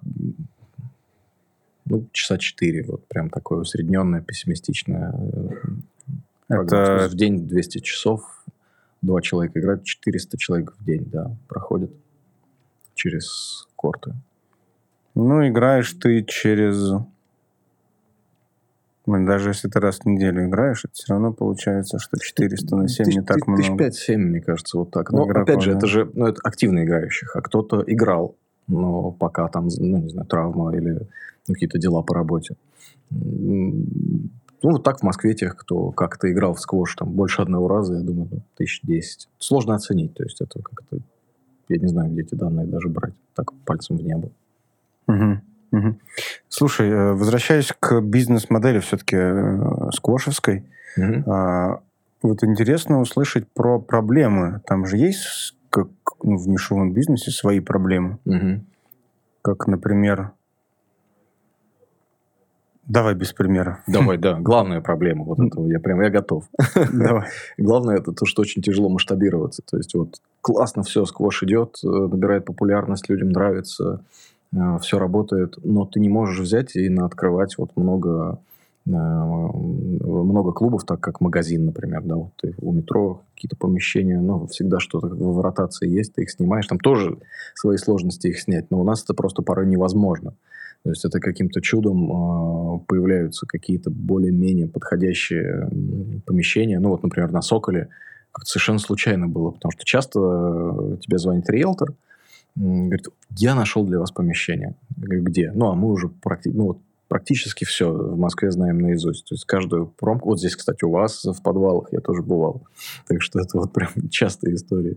часа 4, прям такое усредненное, пессимистичное. Это в день 200 часов, 2 человека играют, 400 человек в день, да, проходят через корты. Играешь ты через... Даже если ты раз в неделю играешь, это все равно получается, что 400 на 7 не так много. 5-7, мне кажется, вот так. Но, опять же, это же это активно играющих. А кто-то играл но пока там, ну, не знаю, травма или какие-то дела по работе. Ну, вот так в Москве тех, кто как-то играл в сквош там больше одного раза, я думаю, 1010. Сложно оценить, то есть это как-то... Я не знаю, где эти данные даже брать. Так, пальцем в небо. Угу. Угу. Слушай, возвращаясь к бизнес-модели все-таки сквошевской, вот интересно услышать про проблемы. Там же есть, как в нишевом бизнесе, свои проблемы. Как, например... Давай без примера. Давай, да. Главная проблема вот этого, я готов. Давай. Главное, это то, что очень тяжело масштабироваться. То есть, вот классно все, сквош идет, набирает популярность, людям нравится, все работает, но ты не можешь взять и открывать вот много клубов, так как магазин, например, да, вот ты у метро какие-то помещения, но всегда что-то в ротации есть, ты их снимаешь, там тоже свои сложности их снять, но у нас это просто порой невозможно. То есть это каким-то чудом появляются какие-то более-менее подходящие помещения. Ну вот, например, на Соколе как-то совершенно случайно было, потому что часто тебе звонит риэлтор, говорит, я нашел для вас помещение. Я говорю, где? Ну, а мы уже практически все в Москве знаем наизусть. То есть каждую промку... Вот здесь, кстати, у вас в подвалах я тоже бывал. Так что это вот прям частая история.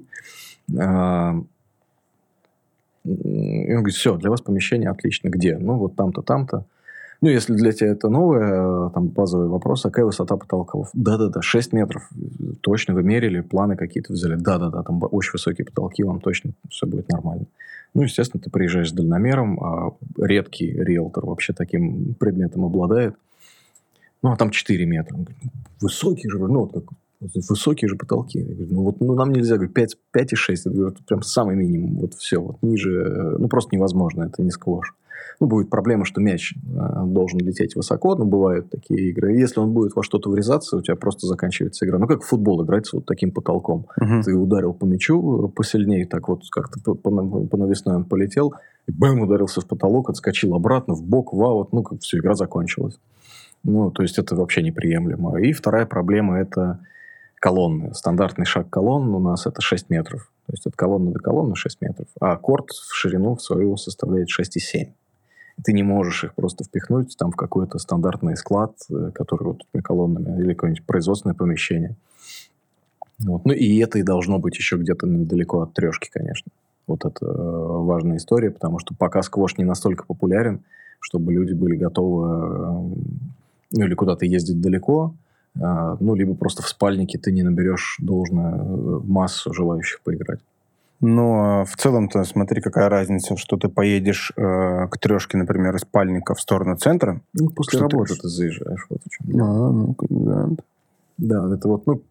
И он говорит, все, для вас помещение отлично. Где? Ну, вот там-то, там-то. Ну, если для тебя это новое, там, базовый вопрос, какая высота потолков? Да-да-да, 6 метров. Точно вы мерили, планы какие-то взяли? Да-да-да, там очень высокие потолки, вам точно все будет нормально. Ну, естественно, ты приезжаешь с дальномером, а редкий риэлтор вообще таким предметом обладает. Ну, а там 4 метра. Он говорит, высокие же, ну, вот как... Высокие же потолки. Я говорю, нам нельзя, говорю, 5,6. Я говорю, это прям самый минимум. Вот все, вот ниже, просто невозможно, это не сквош. Ну, будет проблема, что мяч должен лететь высоко, но бывают такие игры. И если он будет во что-то врезаться, у тебя просто заканчивается игра. Ну, как в футбол играть с вот таким потолком. Ты ударил по мячу посильнее, так вот как-то по навесной он полетел, и бэм, ударился в потолок, отскочил обратно, в бок, в аут, ну, как все, игра закончилась. Ну, то есть это вообще неприемлемо. И вторая проблема – это колонны. Стандартный шаг колонн у нас это 6 метров. То есть от колонны до колонны 6 метров. А корт в ширину в свою составляет 6,7. Ты не можешь их просто впихнуть там в какой-то стандартный склад, который вот этими колоннами, или какое-нибудь производственное помещение. Вот. Ну и это и должно быть еще где-то недалеко от трешки, конечно. Вот это важная история, потому что пока сквош не настолько популярен, чтобы люди были готовы ну или куда-то ездить далеко, ну, либо просто в спальнике ты не наберешь должную массу желающих поиграть. Но в целом-то смотри, какая разница, что ты поедешь к трешке, например, из спальника в сторону центра. Ну, после работы ты заезжаешь. Вот в чем дело. Ну, как вариант. Да, это вот, ну...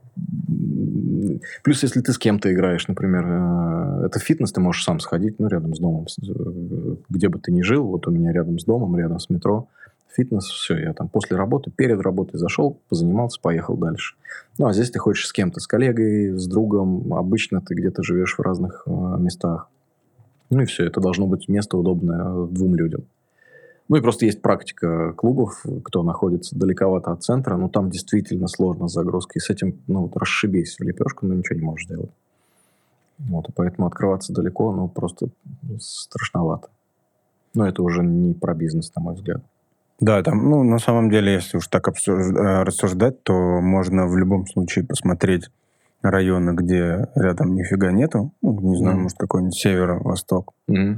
Плюс, если ты с кем-то играешь, например, это фитнес, ты можешь сам сходить, ну, рядом с домом. Где бы ты ни жил, вот у меня рядом с домом, рядом с метро. Фитнес, все, я там после работы, перед работой зашел, позанимался, поехал дальше. Ну, а здесь ты хочешь с кем-то, с коллегой, с другом. Обычно ты где-то живешь в разных местах. Ну, и все, это должно быть место удобное двум людям. Ну, и просто есть практика клубов, кто находится далековато от центра, но там действительно сложно с загрузкой. И с этим, ну, вот расшибись в лепешку, но ничего не можешь сделать. Вот, и поэтому открываться далеко, ну, просто страшновато. Но это уже не про бизнес, на мой взгляд. Да, там, ну, на самом деле, если уж так рассуждать, то можно в любом случае посмотреть районы, где рядом нифига нету. Ну, не знаю, может, какой-нибудь северо-восток.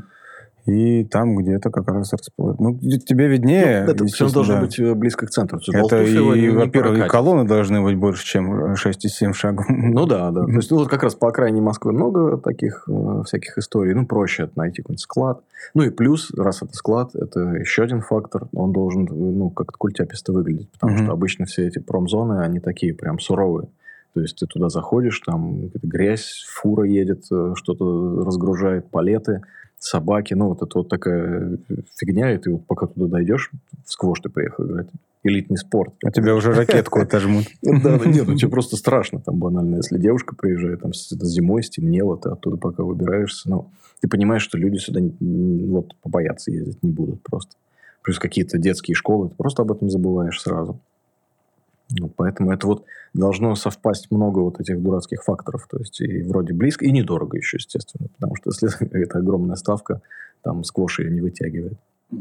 И там где-то как раз расположено. Ну, тебе виднее. Ну, это все должно быть близко к центру. Это и, во-первых, и колонны должны быть больше, чем 6,7 шагов. Ну да. То есть, ну, вот как раз по окраине Москвы много таких всяких историй. Ну, проще найти какой-нибудь склад. Ну, и плюс, раз это склад, это еще один фактор. Он должен, ну, как-то культяписто выглядеть. Потому что обычно все эти промзоны, они такие прям суровые. То есть, ты туда заходишь, там грязь, фура едет, что-то разгружает, палеты, собаки, ну, вот это вот такая фигня, и ты вот пока туда дойдешь, в сквош ты приехал играть. Элитный спорт. А тебя уже ракетку отожмут. Да, нет, ну тебе просто страшно там банально. Если девушка приезжает, там зимой стемнело, ты оттуда пока выбираешься, ну, ты понимаешь, что люди сюда вот побояться ездить не будут просто. Плюс какие-то детские школы, ты просто об этом забываешь сразу. Поэтому это вот должно совпасть много вот этих дурацких факторов. То есть и вроде близко, и недорого еще, естественно. Потому что если это огромная ставка, там сквош ее не вытягивает.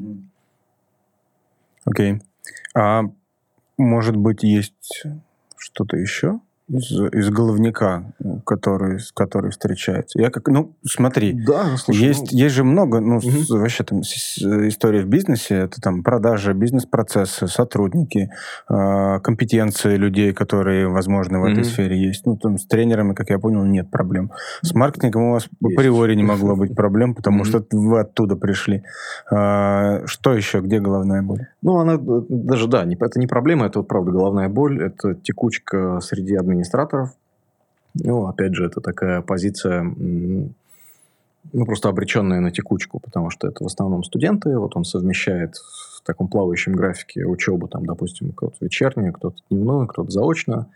Окей. А может быть, есть что-то еще из головника, который встречается? Смотри, Да, слушай, есть же много, вообще там истории в бизнесе, это там продажи, бизнес-процессы, сотрудники, компетенции людей, которые, возможно, в этой сфере есть. Там с тренерами, как я понял, нет проблем. С маркетингом у вас априори не могло быть проблем, потому что вы оттуда пришли. Что еще? Где головная боль? Она даже, да, это не проблема, это вот правда головная боль, это текучка среди администраторов. Опять же, это такая позиция, просто обреченная на текучку, потому что это в основном студенты, вот он совмещает в таком плавающем графике учебу, там, допустим, кто-то вечернюю, кто-то дневную, кто-то заочно,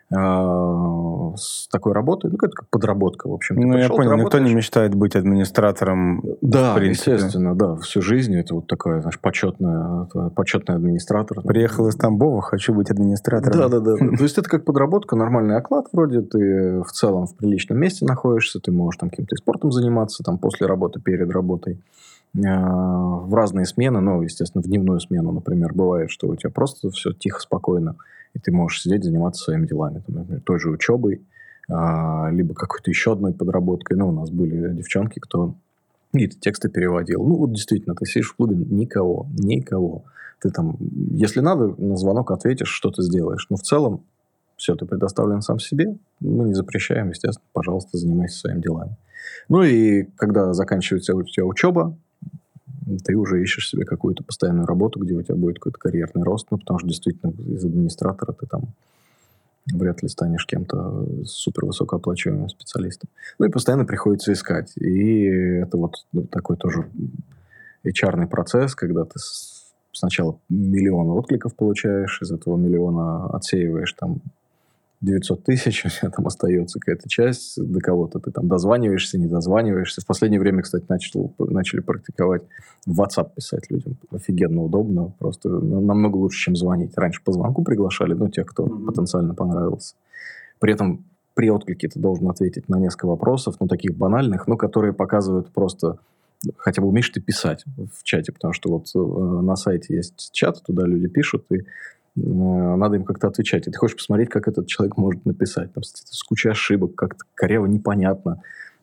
с такой работой, это как подработка, в общем. Я понял, никто не мечтает быть администратором. Да, естественно, да, всю жизнь это вот такая, знаешь, почетный администратор. Приехал из Тамбова, хочу быть администратором. Да. То есть это как подработка, нормальный оклад вроде, ты в целом в приличном месте находишься, ты можешь там каким-то спортом заниматься, там после работы, перед работой. В разные смены, естественно, в дневную смену, например, бывает, что у тебя просто все тихо, спокойно, и ты можешь сидеть, заниматься своими делами, например, той же учебой, либо какой-то еще одной подработкой. У нас были девчонки, кто какие-то тексты переводил. Действительно, ты сидишь в клубе, никого. Ты там, если надо, на звонок ответишь, что ты сделаешь. В целом, все, ты предоставлен сам себе. Мы не запрещаем, естественно, пожалуйста, занимайся своими делами. И когда заканчивается у тебя учеба, ты уже ищешь себе какую-то постоянную работу, где у тебя будет какой-то карьерный рост, потому что действительно из администратора ты там вряд ли станешь кем-то супер высокооплачиваемым специалистом. И постоянно приходится искать. И это вот такой тоже HR-ный процесс, когда ты сначала 1 миллион откликов получаешь, из этого 1 миллиона отсеиваешь там 900 тысяч, у тебя там остается какая-то часть, до кого-то ты там дозваниваешься, не дозваниваешься. В последнее время, кстати, начали практиковать в WhatsApp писать людям. Офигенно удобно, просто намного лучше, чем звонить. Раньше по звонку приглашали, тех, кто потенциально понравился. При этом при отклике ты должен ответить на несколько вопросов, таких банальных, которые показывают просто, хотя бы умеешь ты писать в чате, потому что вот на сайте есть чат, туда люди пишут, и надо им как-то отвечать. И ты хочешь посмотреть, как этот человек может написать. Там с кучей ошибок, как-то коряво, непонятно.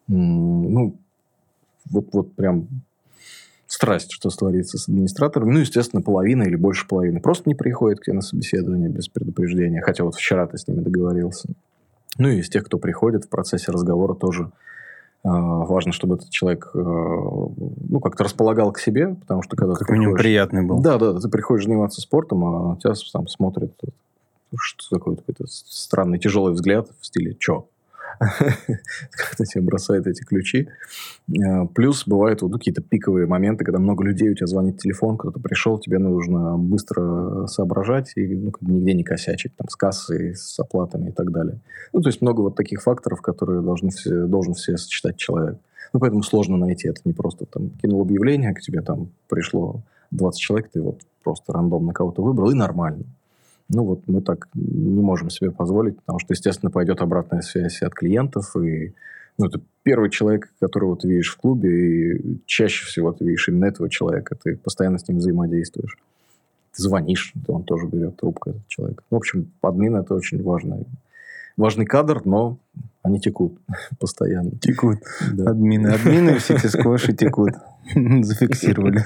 Вот прям страсть, что творится с администратором. Естественно, половина или больше половины просто не приходит к тебе на собеседование без предупреждения. Хотя вот вчера ты с ними договорился. И из тех, кто приходит в процессе разговора, тоже важно, чтобы этот человек как-то располагал к себе, потому что когда как минимум приятный был. Да, ты приходишь заниматься спортом, а на тебя там смотрит что такое, какой-то странный, тяжелый взгляд в стиле «чё?». Как-то тебе бросает эти ключи. Плюс бывают какие-то пиковые моменты, когда много людей, у тебя звонит телефон, кто-то пришел, тебе нужно быстро соображать и нигде не косячить, там, с кассой, с оплатами и так далее. То есть много вот таких факторов, которые должен все сочетать человек. Поэтому сложно найти. Это не просто там кинул объявление, к тебе там пришло 20 человек, ты вот просто рандомно кого-то выбрал, и нормально. Мы так не можем себе позволить, потому что, естественно, пойдет обратная связь от клиентов, и это первый человек, которого ты видишь в клубе, и чаще всего ты видишь именно этого человека, ты постоянно с ним взаимодействуешь. Ты звонишь, он тоже берет трубку, этот человек. В общем, админ – это очень важный кадр, но они текут постоянно. Текут. Да. Админы все эти сквоши текут. Зафиксировали.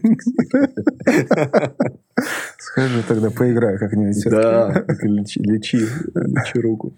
Схожу тогда поиграю как-нибудь. Да, лечи руку.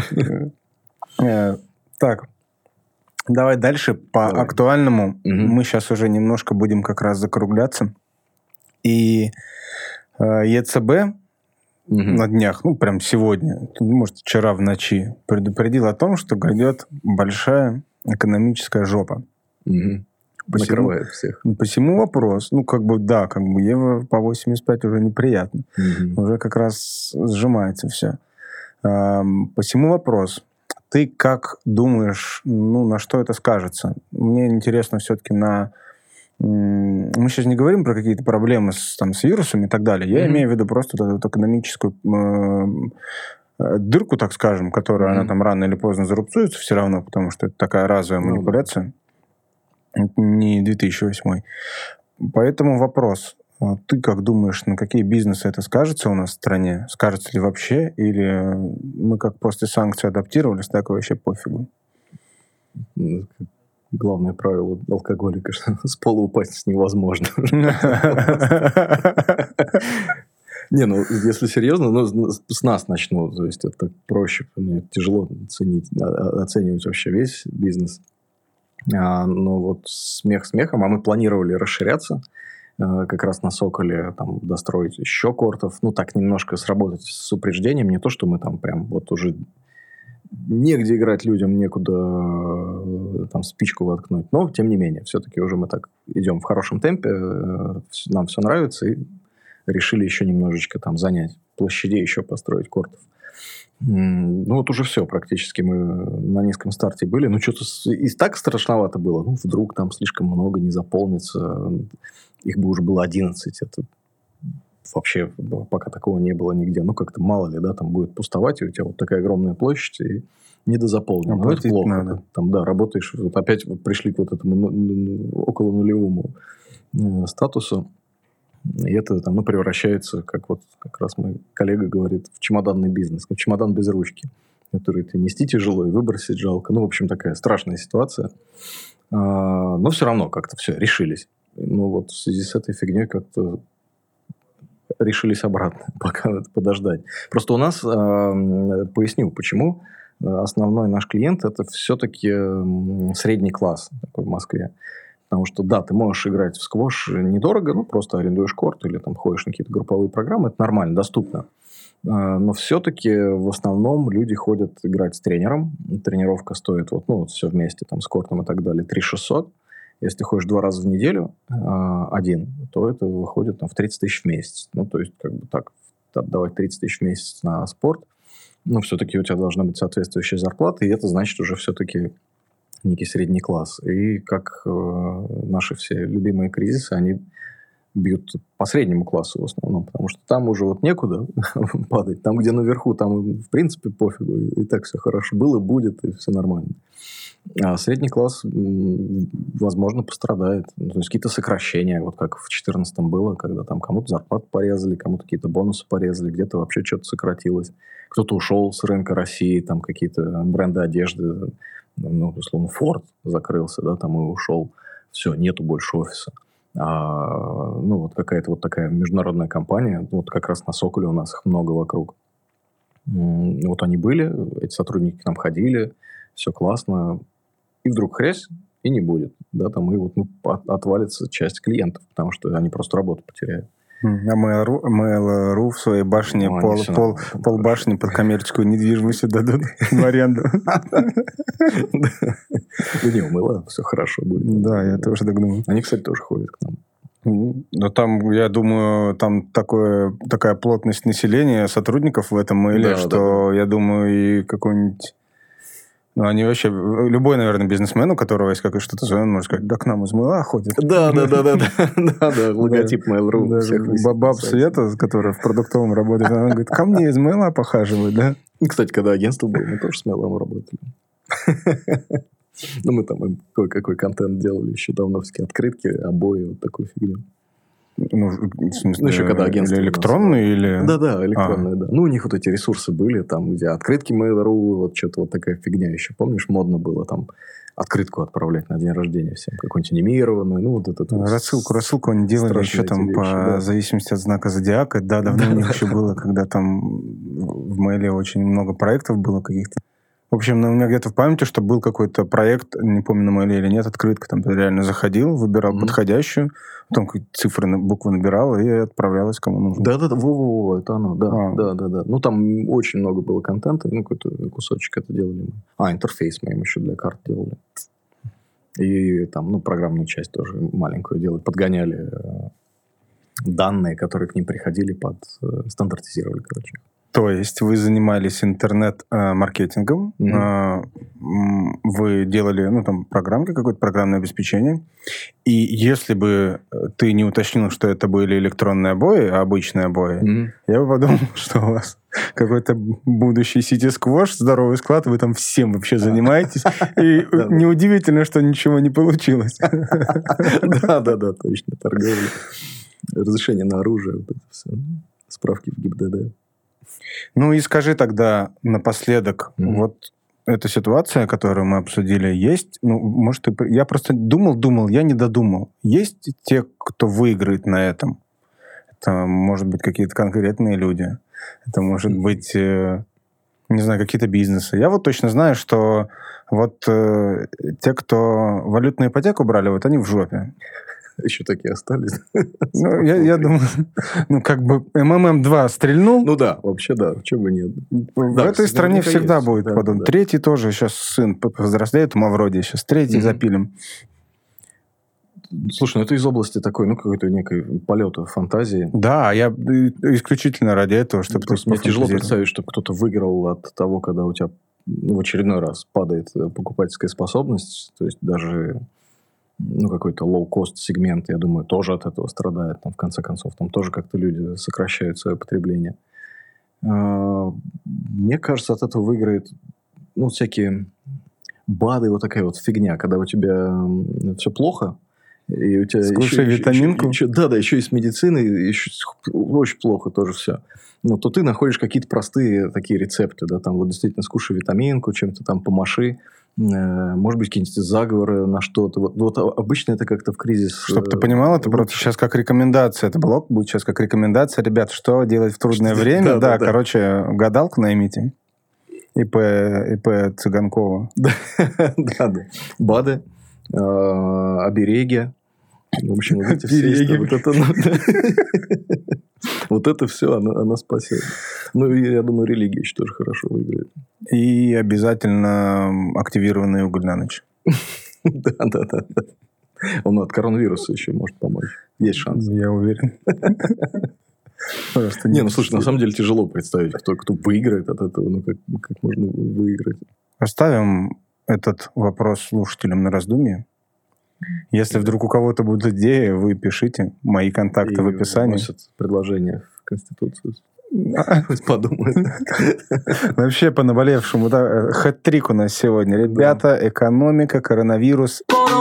Так, давай дальше по актуальному. Мы сейчас уже немножко будем как раз закругляться. И ЕЦБ на днях, прям сегодня, может, вчера в ночи, предупредил о том, что грядет большая экономическая жопа. Накрывает всех. Посему вопрос, евро по 85 уже неприятно. Уже как раз сжимается все. Посему вопрос, ты как думаешь, на что это скажется? Мне интересно все-таки на Мы сейчас не говорим про какие-то проблемы с вирусами и так далее. Я имею в виду просто вот экономическую дырку, так скажем, которая она там рано или поздно зарубцуется все равно, потому что это такая разовая манипуляция. Не 2008. Поэтому вопрос. Ты как думаешь, на какие бизнесы это скажется у нас в стране? Скажется ли вообще? Или мы как после санкций адаптировались, так и вообще пофигу? Главное правило алкоголика, что с пола упасть невозможно. Не, ну, если серьезно, ну, с нас начну. То есть, это проще. Мне тяжело оценивать вообще весь бизнес. Но вот смех смехом. А мы планировали расширяться. Как раз на Соколе там достроить еще кортов. Ну, так немножко сработать с упреждением. Не то, что мы там прям вот уже негде играть людям, некуда там спичку воткнуть. Но, тем не менее, все-таки уже мы так идем в хорошем темпе. Нам все нравится. И решили еще немножечко там занять площадей, еще построить кортов. Ну, вот уже все практически. Мы на низком старте были. Ну, что-то и так страшновато было. Ну, вдруг там слишком много не заполнится. Их бы уже было 11. Это вообще пока такого не было нигде. Ну, как-то мало ли, да, там будет пустовать, и у тебя вот такая огромная площадь, и недозаполнена. Ну, это плохо. Надо. Там, да, работаешь. Вот опять вот пришли к вот этому около нулевому статусу. И это там, превращается, как вот как раз мой коллега говорит, в чемоданный бизнес. В чемодан без ручки, который ты нести тяжело и выбросить жалко. Ну, в общем, такая страшная ситуация. Но все равно как-то все, решились. Ну, вот в связи с этой фигней как-то решились обратно, пока подождать. Просто у нас, поясню, почему, основной наш клиент – это все-таки средний класс такой в Москве. Потому что, да, ты можешь играть в сквош недорого, ну, просто арендуешь корт или там ходишь на какие-то групповые программы, это нормально, доступно. Но все-таки в основном люди ходят играть с тренером. Тренировка стоит, вот все вместе, там, с кортом и так далее, 3600. Если ты ходишь 2 раза в неделю один, то это выходит там, в 30 тысяч в месяц. Ну, то есть, как бы так, отдавать 30 тысяч в месяц на спорт, ну, все-таки у тебя должна быть соответствующая зарплата, и это значит уже все-таки некий средний класс. И как наши все любимые кризисы, они бьют по среднему классу в основном, потому что там уже вот некуда падать. Там, где наверху, там в принципе пофигу. И так все хорошо было, будет, и все нормально. А средний класс, возможно, пострадает. То есть, какие-то сокращения, вот как в 2014 было, когда там кому-то зарплату порезали, кому-то какие-то бонусы порезали, где-то вообще что-то сократилось. Кто-то ушел с рынка России, там какие-то бренды одежды, ну, условно, Форд закрылся, да, там и ушел. Все, нету больше офиса. Ну, вот какая-то вот такая международная компания, вот как раз на Соколе у нас их много вокруг. Вот они были, эти сотрудники к нам ходили, все классно. И вдруг хрясь, и не будет. Да, там и вот отвалится часть клиентов, потому что они просто работу потеряют. А Mail.ru в своей башне полбашни под коммерческую недвижимость дадут в аренду. Да не, у Mail все хорошо будет. Да, я тоже так думаю. Они, кстати, тоже ходят к нам. Но там, я думаю, там такая плотность населения, сотрудников в этом Mail, что, я думаю, и какой-нибудь... Ну, они вообще... Любой, наверное, бизнесмен, у которого есть что-то свое, он может сказать, да к нам из Mail ходит. Да, логотип Mail.ru. Баб Света, которая в продуктовом работает, она говорит, ко мне из Mail похаживают, да? Кстати, когда агентство было, мы тоже с Mail работали. Ну, мы там кое-какой контент делали еще давно, всякие открытки, обои, вот такую фигню. Ну, в смысле, еще когда агентство электронные или... Да, электронные, да. Ну, у них вот эти ресурсы были, там, где открытки Mail.ru, вот что-то вот такая фигня еще. Помнишь, модно было там открытку отправлять на день рождения всем, какую-нибудь анимированную, ну, вот это... Рассылку они делали еще там по зависимости от знака зодиака. Да, давно у них еще было, когда там в Mail очень много проектов было каких-то. В общем, у меня где-то в памяти, что был какой-то проект, не помню, на Mail или нет, открытка, там ты реально заходил, выбирал подходящую, потом цифры, буквы набирал и отправлялась кому нужно. Да, во, это оно, да. Ну, там очень много было контента, ну, какой-то кусочек это делали мы. Интерфейс мы им еще для карт делали. И там, ну, программную часть тоже маленькую делали, подгоняли данные, которые к ним приходили, стандартизировали, короче. То есть вы занимались интернет-маркетингом, вы делали, программки, какое-то программное обеспечение, и если бы ты не уточнил, что это были электронные обои, а обычные обои, я бы подумал, что у вас какой-то будущий сити-сквош, здоровый склад, вы там всем вообще занимаетесь, и неудивительно, что ничего не получилось. Да, точно, торговля, разрешение на оружие, вот это все, справки в ГИБДД. Ну и скажи тогда напоследок, вот эта ситуация, которую мы обсудили, есть, может, я просто думал, я не додумал. Есть те, кто выиграет на этом? Это, может быть, какие-то конкретные люди. Это, может быть, не знаю, какие-то бизнесы. Я вот точно знаю, что вот те, кто валютную ипотеку брали, вот они в жопе. Еще такие остались. Я думаю, как бы МММ-2 стрельнул. Ну да, вообще да, чего бы нет. В этой стране всегда будет подобно. Третий тоже сейчас сын повзрослеет, у Мавроди сейчас третий запилим. Слушай, это из области такой, какой-то некой полета фантазии. Да, я исключительно ради этого, чтобы... Мне тяжело представить, что кто-то выиграл от того, когда у тебя в очередной раз падает покупательская способность, то есть даже... какой-то low-cost сегмент, я думаю, тоже от этого страдает. Там, в конце концов, там тоже как-то люди сокращают свое потребление. Мне кажется, от этого выиграет всякие БАДы, вот такая вот фигня, когда у тебя все плохо, и у тебя скушай витаминку. Еще и с медициной, еще очень плохо тоже все. То ты находишь какие-то простые такие рецепты, да, там вот действительно скушай витаминку, чем-то там помаши, может быть, какие-нибудь заговоры на что-то. Вот обычно это как-то в кризис... Чтобы ты понимал, это просто сейчас как рекомендация. Это блог будет сейчас как рекомендация. Ребят, что делать в трудное время? Да, короче, гадалку наймите. ИП Цыганкова. Да. БАДы, обереги. В общем, вот эти все... Вот это все, она спасет. И я думаю, религия еще тоже хорошо выиграет. И обязательно активированный уголь на ночь. Да. Он от коронавируса еще может помочь. Есть шанс. Я уверен. Слушай, на самом деле тяжело представить, кто выиграет от этого. Как можно выиграть? Оставим этот вопрос слушателям на раздумье. Если вдруг у кого-то будут идеи, вы пишите. Мои контакты в описании. Вносят предложения в Конституцию. Пусть подумают. Вообще по наболевшему. Хэт-трик у нас сегодня. Ребята, экономика, коронавирус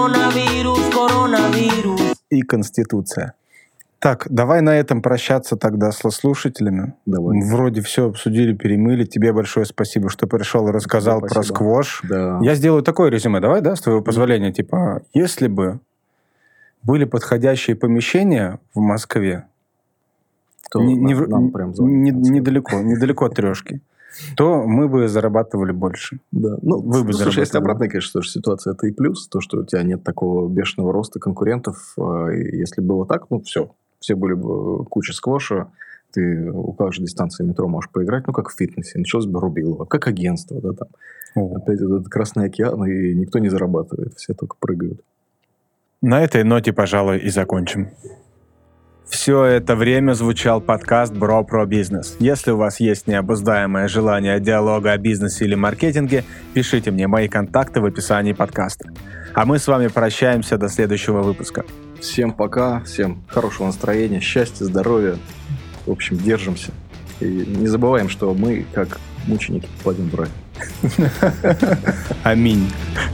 и Конституция. Так, давай на этом прощаться тогда с слушателями. Давай. Вроде все обсудили, перемыли. Тебе большое спасибо, что пришел и рассказал про сквош. Да. Я сделаю такое резюме. Давай, с твоего позволения. Если бы были подходящие помещения в Москве, то нам прям недалеко от трешки, то мы бы зарабатывали больше. Да. Вы бы зарабатывали. Если обратная, конечно, тоже ситуация, это и плюс. То, что у тебя нет такого бешеного роста конкурентов. Если было так, все были бы куча сквоша, ты у каждой дистанции метро можешь поиграть, как в фитнесе. Началось бы Рубилово, как агентство, да, там. Опять этот Красный океан, и никто не зарабатывает, все только прыгают. На этой ноте, пожалуй, и закончим. Все это время звучал подкаст «Бро про бизнес». Если у вас есть необуздаемое желание диалога о бизнесе или маркетинге, пишите мне, мои контакты в описании подкаста. А мы с вами прощаемся до следующего выпуска. Всем пока, всем хорошего настроения, счастья, здоровья. В общем, держимся. И не забываем, что мы, как мученики, попадем в рай. Аминь.